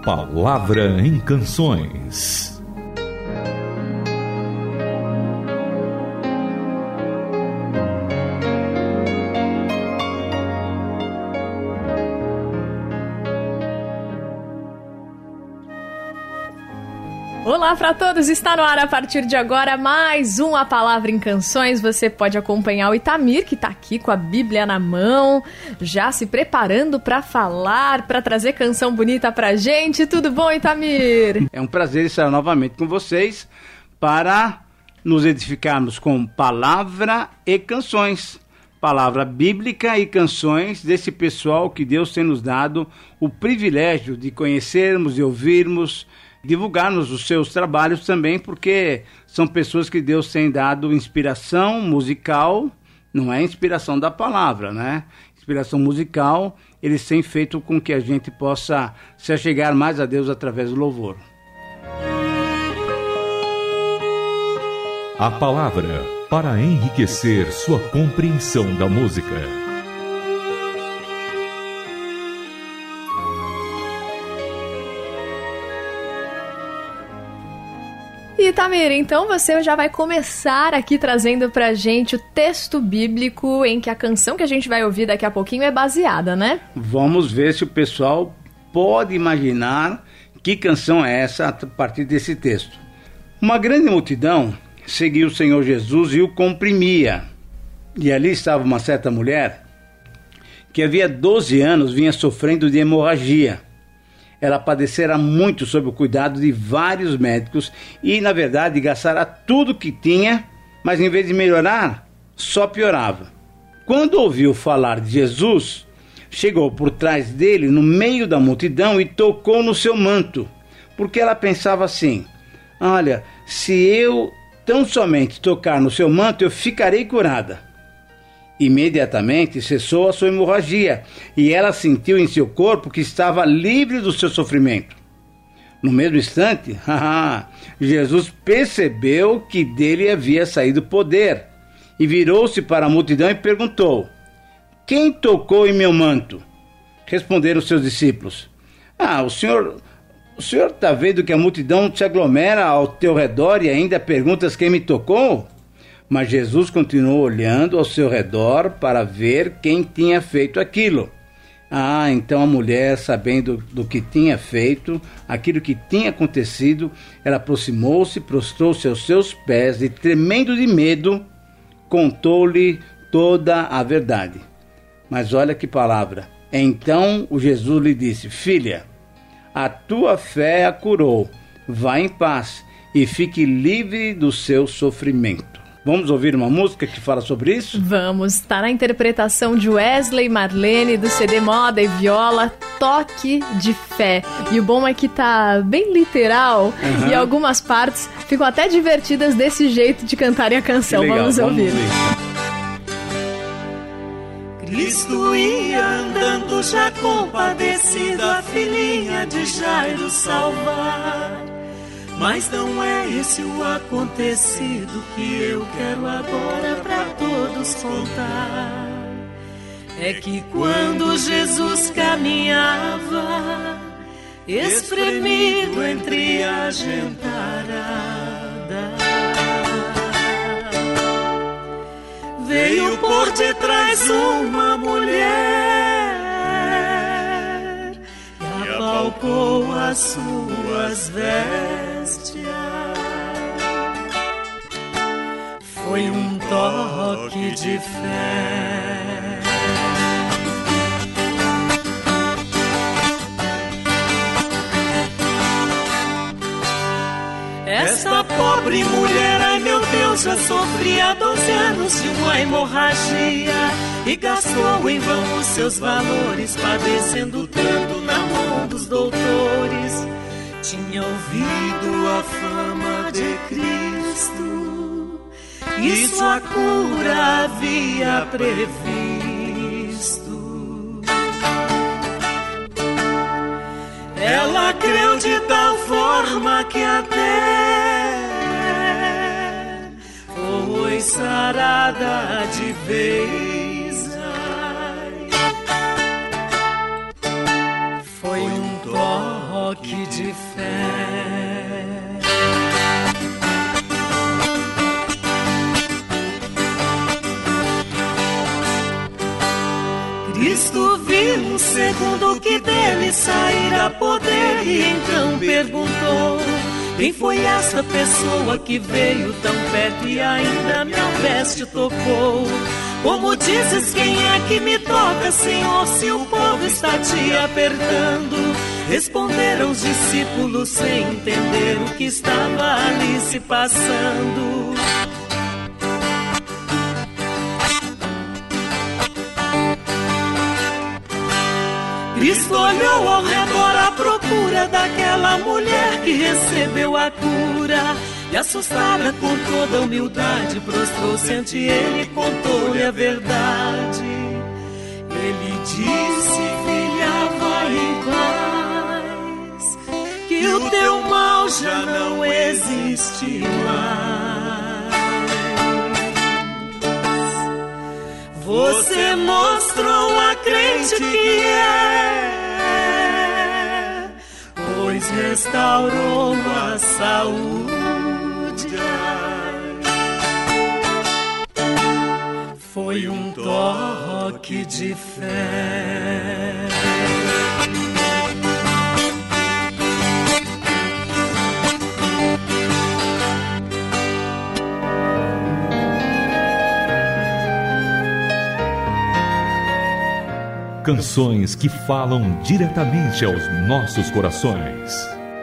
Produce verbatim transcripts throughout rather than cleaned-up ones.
Palavra em Canções. Olá para todos, está no ar a partir de agora mais uma Palavra em Canções. Você pode acompanhar o Itamir, que está aqui com a Bíblia na mão, já se preparando para falar, para trazer canção bonita pra gente. Tudo bom, Itamir? É um prazer estar novamente com vocês para nos edificarmos com palavra e canções. Palavra bíblica e canções desse pessoal que Deus tem nos dado o privilégio de conhecermos e ouvirmos, divulgarmos os seus trabalhos também, porque são pessoas que Deus tem dado inspiração musical, não é inspiração da palavra, né? Inspiração musical, eles têm feito com que a gente possa se achegar mais a Deus através do louvor. A palavra para enriquecer sua compreensão da música. Itamir, então você já vai começar aqui trazendo pra gente o texto bíblico em que a canção que a gente vai ouvir daqui a pouquinho é baseada, né? Vamos ver se o pessoal pode imaginar que canção é essa a partir desse texto. Uma grande multidão seguiu o Senhor Jesus e o comprimia. E ali estava uma certa mulher que havia doze anos vinha sofrendo de hemorragia. Ela padecera muito sob o cuidado de vários médicos e, na verdade, gastara tudo que tinha, mas em vez de melhorar, só piorava. Quando ouviu falar de Jesus, chegou por trás dele, no meio da multidão, e tocou no seu manto, porque ela pensava assim: olha, se eu tão somente tocar no seu manto, eu ficarei curada. Imediatamente cessou a sua hemorragia e ela sentiu em seu corpo que estava livre do seu sofrimento. No mesmo instante, Jesus percebeu que dele havia saído poder e virou-se para a multidão e perguntou: quem tocou em meu manto? Responderam seus discípulos: Ah, o senhor, o senhor está vendo que a multidão se aglomera ao teu redor e ainda perguntas quem me tocou? Mas Jesus continuou olhando ao seu redor para ver quem tinha feito aquilo. Ah, então a mulher, sabendo do que tinha feito, aquilo que tinha acontecido, ela aproximou-se, prostrou-se aos seus pés e, tremendo de medo, contou-lhe toda a verdade. Mas olha que palavra. Então o Jesus lhe disse: filha, a tua fé a curou. Vá em paz e fique livre do seu sofrimento. Vamos ouvir uma música que fala sobre isso? Vamos, está na interpretação de Wesley Marlene, do C D Moda e Viola, Toque de Fé. E o bom é que tá bem literal, uhum. E algumas partes ficam até divertidas desse jeito de cantarem a canção. Legal, vamos ouvir. Vamos ver. Cristo ia andando já compadecido, a filhinha de Jairo salvar. Mas não é esse o acontecido que eu quero agora pra todos contar. É que quando Jesus caminhava, espremido entre a gentarada, veio por detrás uma mulher e apalpou as suas vestes. Foi um toque de fé. Esta pobre mulher, ai meu Deus, já sofria doze anos de uma hemorragia e gastou em vão os seus valores, padecendo tanto na mão dos doutores. Tinha ouvido a fama de Cristo e sua cura havia previsto. Ela creu de tal forma que até foi sarada de vez. Ai, foi um toque toque de fé. Cristo viu um segundo que dele saíra poder e então perguntou: quem foi esta pessoa que veio tão perto e ainda minha veste tocou? Como dizes, quem é que me toca, Senhor, se o povo está te apertando? Responderam os discípulos sem entender o que estava ali se passando. Cristo olhou ao redor à procura daquela mulher que recebeu a cura. E assustada com toda a humildade, prostrou-se ante ele e contou-lhe a verdade. Ele disse: filha, vai em paz, que o teu mal já não existe mais. Você mostrou a crente que é, pois restaurou a saúde. Foi um toque de fé. Canções que falam diretamente aos nossos corações.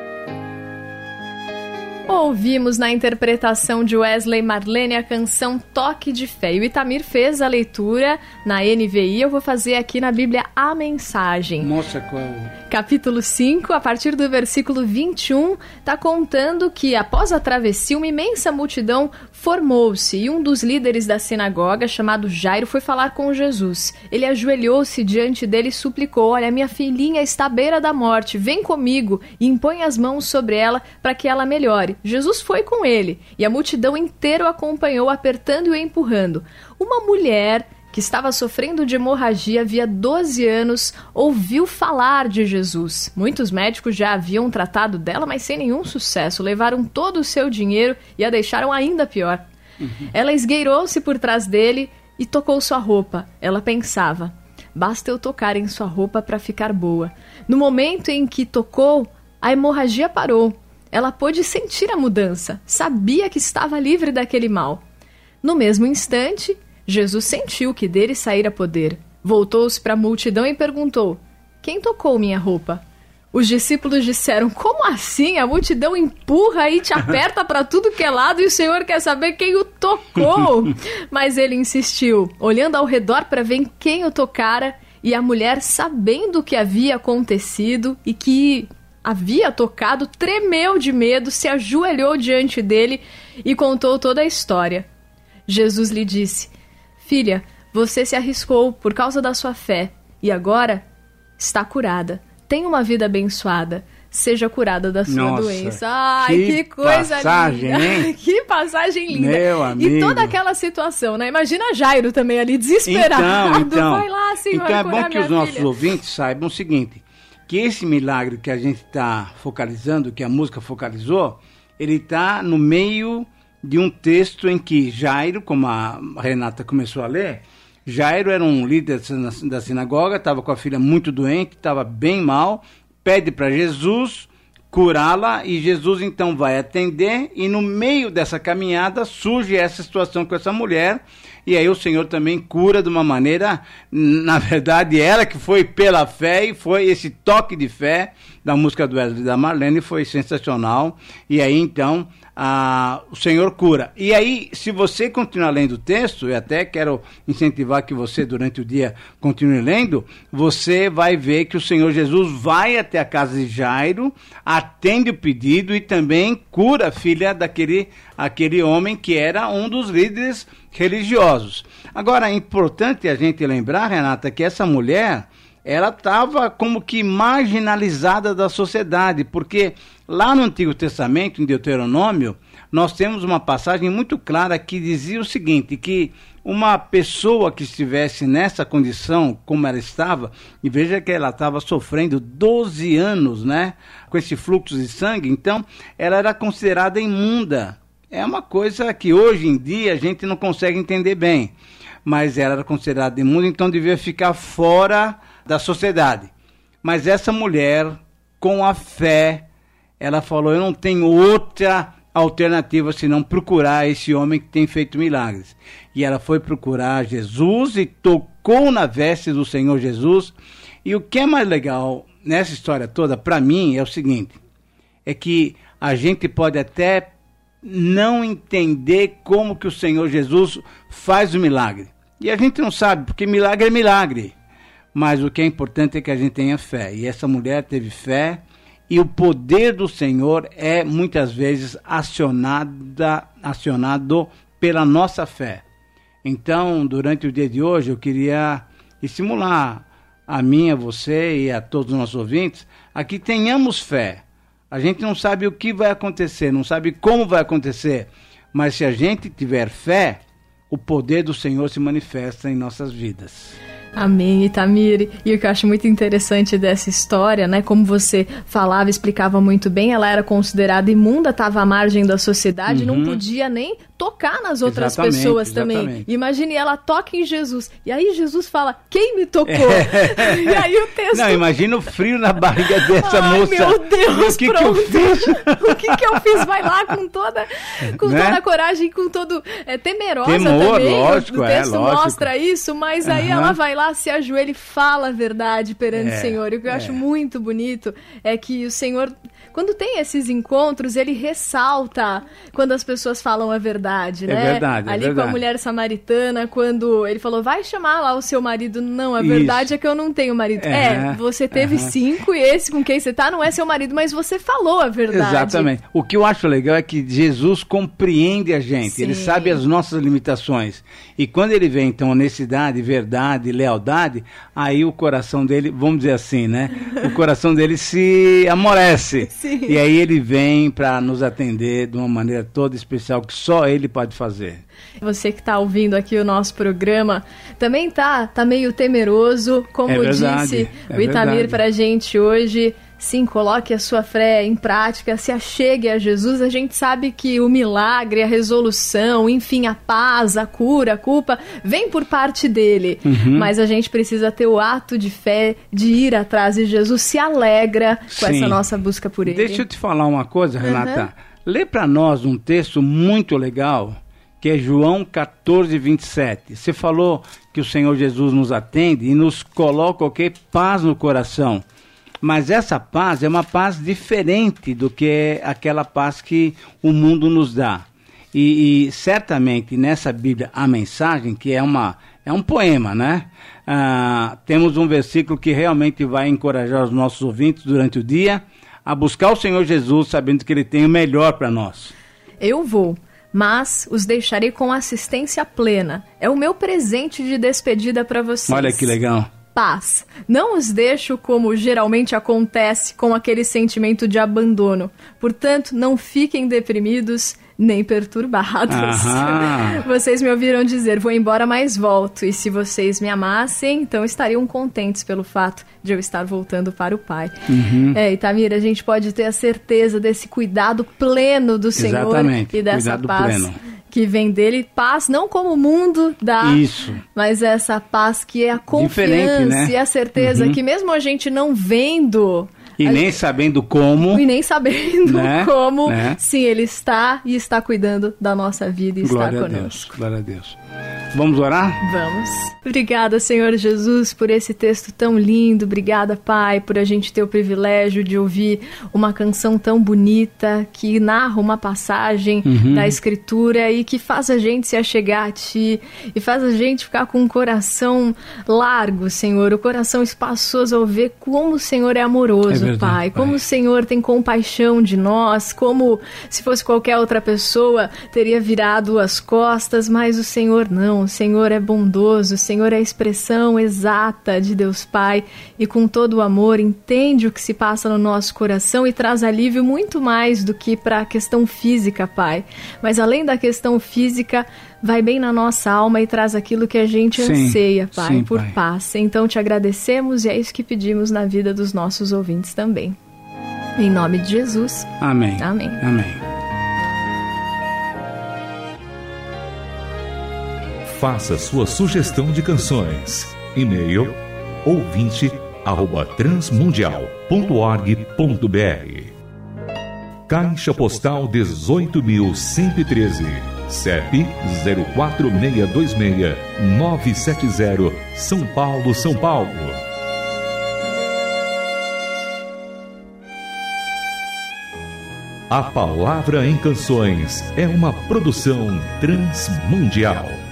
Ouvimos na interpretação de Wesley Marlene a canção Toque de Fé. E o Itamir fez a leitura na N V I, eu vou fazer aqui na Bíblia a mensagem. Mostra qual... Capítulo cinco, a partir do versículo vinte e um, está contando que após a travessia, uma imensa multidão formou-se e um dos líderes da sinagoga, chamado Jairo, foi falar com Jesus. Ele ajoelhou-se diante dele e suplicou: olha, minha filhinha está à beira da morte, vem comigo e impõe as mãos sobre ela para que ela melhore. Jesus foi com ele e a multidão inteira o acompanhou, apertando e o empurrando. Uma mulher que estava sofrendo de hemorragia havia doze anos, ouviu falar de Jesus. Muitos médicos já haviam tratado dela, mas sem nenhum sucesso. Levaram todo o seu dinheiro e a deixaram ainda pior. Uhum. Ela esgueirou-se por trás dele e tocou sua roupa. Ela pensava: basta eu tocar em sua roupa para ficar boa. No momento em que tocou, a hemorragia parou. Ela pôde sentir a mudança, sabia que estava livre daquele mal. No mesmo instante, Jesus sentiu que dele saíra poder. Voltou-se para a multidão e perguntou: quem tocou minha roupa? Os discípulos disseram: como assim? A multidão empurra e te aperta para tudo que é lado e o Senhor quer saber quem o tocou. Mas ele insistiu, olhando ao redor para ver quem o tocara, e a mulher, sabendo o que havia acontecido e que havia tocado, tremeu de medo, se ajoelhou diante dele e contou toda a história. Jesus lhe disse: filha, você se arriscou por causa da sua fé e agora está curada. Tenha uma vida abençoada. Seja curada da sua Nossa, doença. Ai, que, que coisa passagem, linda. Hein? Que passagem linda. Meu amigo. E toda aquela situação, né? Imagina Jairo também ali, desesperado. Então, então, vai lá, Senhor, então é bom que os filha. nossos ouvintes saibam o seguinte, que esse milagre que a gente está focalizando, que a música focalizou, ele está no meio de um texto em que Jairo, como a Renata começou a ler, Jairo era um líder da sinagoga, estava com a filha muito doente, estava bem mal, pede para Jesus curá-la e Jesus então vai atender e no meio dessa caminhada surge essa situação com essa mulher e aí o Senhor também cura de uma maneira, na verdade ela que foi pela fé e foi esse toque de fé da música do Wesley da Marlene, foi sensacional e aí então Ah, o Senhor cura. E aí, se você continuar lendo o texto, e até quero incentivar que você durante o dia continue lendo, você vai ver que o Senhor Jesus vai até a casa de Jairo, atende o pedido e também cura a filha daquele aquele homem que era um dos líderes religiosos. Agora, é importante a gente lembrar, Renata, que essa mulher, ela estava como que marginalizada da sociedade, porque lá no Antigo Testamento, em Deuteronômio, nós temos uma passagem muito clara que dizia o seguinte, que uma pessoa que estivesse nessa condição, como ela estava, e veja que ela estava sofrendo doze anos, né, com esse fluxo de sangue, então ela era considerada imunda. É uma coisa que hoje em dia a gente não consegue entender bem, mas ela era considerada imunda, então devia ficar fora da sociedade. Mas essa mulher, com a fé, ela falou, eu não tenho outra alternativa senão procurar esse homem que tem feito milagres. E ela foi procurar Jesus e tocou na veste do Senhor Jesus. E o que é mais legal nessa história toda, para mim, é o seguinte, é que a gente pode até não entender como que o Senhor Jesus faz o milagre. E a gente não sabe, porque milagre é milagre. Mas o que é importante é que a gente tenha fé. E essa mulher teve fé, e o poder do Senhor é muitas vezes acionada, acionado pela nossa fé. Então, durante o dia de hoje, eu queria estimular a mim, a você e a todos os nossos ouvintes a que tenhamos fé. A gente não sabe o que vai acontecer, não sabe como vai acontecer, mas se a gente tiver fé, o poder do Senhor se manifesta em nossas vidas. Amém, Itamir. E o que eu acho muito interessante dessa história, né, como você falava, explicava muito bem, ela era considerada imunda, estava à margem da sociedade, uhum. não podia nem tocar nas outras exatamente, pessoas também. Exatamente. Imagine, ela toca em Jesus. E aí Jesus fala, quem me tocou? É. E aí o texto... Não, imagina o frio na barriga dessa Ai, moça. Meu Deus, o que pronto. Que eu fiz? O que que eu fiz? Vai lá com toda, com né? toda a coragem, com todo... É, temerosa Temor, também. lógico, o texto é, lógico. mostra isso, mas aí uhum. ela vai lá, se ajoelha e fala a verdade perante é, o Senhor. E o que eu é. acho muito bonito é que o Senhor... Quando tem esses encontros, ele ressalta quando as pessoas falam a verdade, né? É verdade, é Ali verdade. com a mulher samaritana, quando ele falou, vai chamar lá o seu marido. Não, a verdade Isso. é que eu não tenho marido. É, é você teve uhum. cinco e esse com quem você tá não é seu marido, mas você falou a verdade. Exatamente. O que eu acho legal é que Jesus compreende a gente, Sim. ele sabe as nossas limitações. E quando ele vê, então, honestidade, verdade, lealdade, aí o coração dele, vamos dizer assim, né? O coração dele se amolece. Sim. E aí ele vem para nos atender de uma maneira toda especial que só ele pode fazer. Você que está ouvindo aqui o nosso programa também tá, tá meio temeroso, como é verdade, disse é o Itamir para a verdade. gente hoje. Sim, coloque a sua fé em prática, se achegue a Jesus. A gente sabe que o milagre, a resolução, enfim, a paz, a cura, a culpa, vem por parte dele. Uhum. Mas a gente precisa ter o ato de fé, de ir atrás de Jesus, se alegra com Sim. essa nossa busca por ele. Deixa eu te falar uma coisa, Renata. Uhum. Lê para nós um texto muito legal, que é João quatorze, vinte e sete. Você falou que o Senhor Jesus nos atende e nos coloca, ok, paz no coração. Mas essa paz é uma paz diferente do que aquela paz que o mundo nos dá. E, e certamente nessa Bíblia, a mensagem, que é, uma, é um poema, né? Ah, temos um versículo que realmente vai encorajar os nossos ouvintes durante o dia a buscar o Senhor Jesus, sabendo que Ele tem o melhor para nós. Eu vou, mas os deixarei com assistência plena. É o meu presente de despedida para vocês. Olha que legal. Paz. Não os deixo como geralmente acontece com aquele sentimento de abandono. Portanto, não fiquem deprimidos nem perturbados. Aham. Vocês me ouviram dizer, vou embora, mas volto. E se vocês me amassem, então estariam contentes pelo fato de eu estar voltando para o Pai. Uhum. É, Itamir, a gente pode ter a certeza desse cuidado pleno do Senhor. Exatamente. E dessa cuidado paz pleno. Que vem dele, paz não como o mundo dá, Isso. mas essa paz que é a confiança, né? E a certeza uhum. que mesmo a gente não vendo... E nem gente, sabendo como... E nem sabendo né? como, né? sim, ele está e está cuidando da nossa vida e Glória está a conosco. Deus, glória a Deus. Vamos orar? Vamos. Obrigada, Senhor Jesus, por esse texto tão lindo. Obrigada, Pai, por a gente ter o privilégio de ouvir uma canção tão bonita que narra uma passagem uhum. da Escritura e que faz a gente se achegar a Ti e faz a gente ficar com um coração largo, Senhor, o coração espaçoso ao ver como o Senhor é amoroso, é verdade, Pai, como Pai. O Senhor tem compaixão de nós, como se fosse qualquer outra pessoa teria virado as costas, mas o Senhor não. bom, o Senhor é bondoso, o Senhor é a expressão exata de Deus Pai e com todo o amor entende o que se passa no nosso coração e traz alívio muito mais do que para a questão física, Pai. Mas além da questão física, vai bem na nossa alma e traz aquilo que a gente sim, anseia, Pai, sim, por Pai. paz. Então te agradecemos e é isso que pedimos na vida dos nossos ouvintes também. Em nome de Jesus. Amém. Amém. Amém. Faça sua sugestão de canções. E-mail ouvinte arroba transmundial ponto org ponto br. Caixa Postal dezoito mil cento e treze, C E P zero quatro seis dois seis nove sete zero, São Paulo, São Paulo. A Palavra em Canções é uma produção transmundial.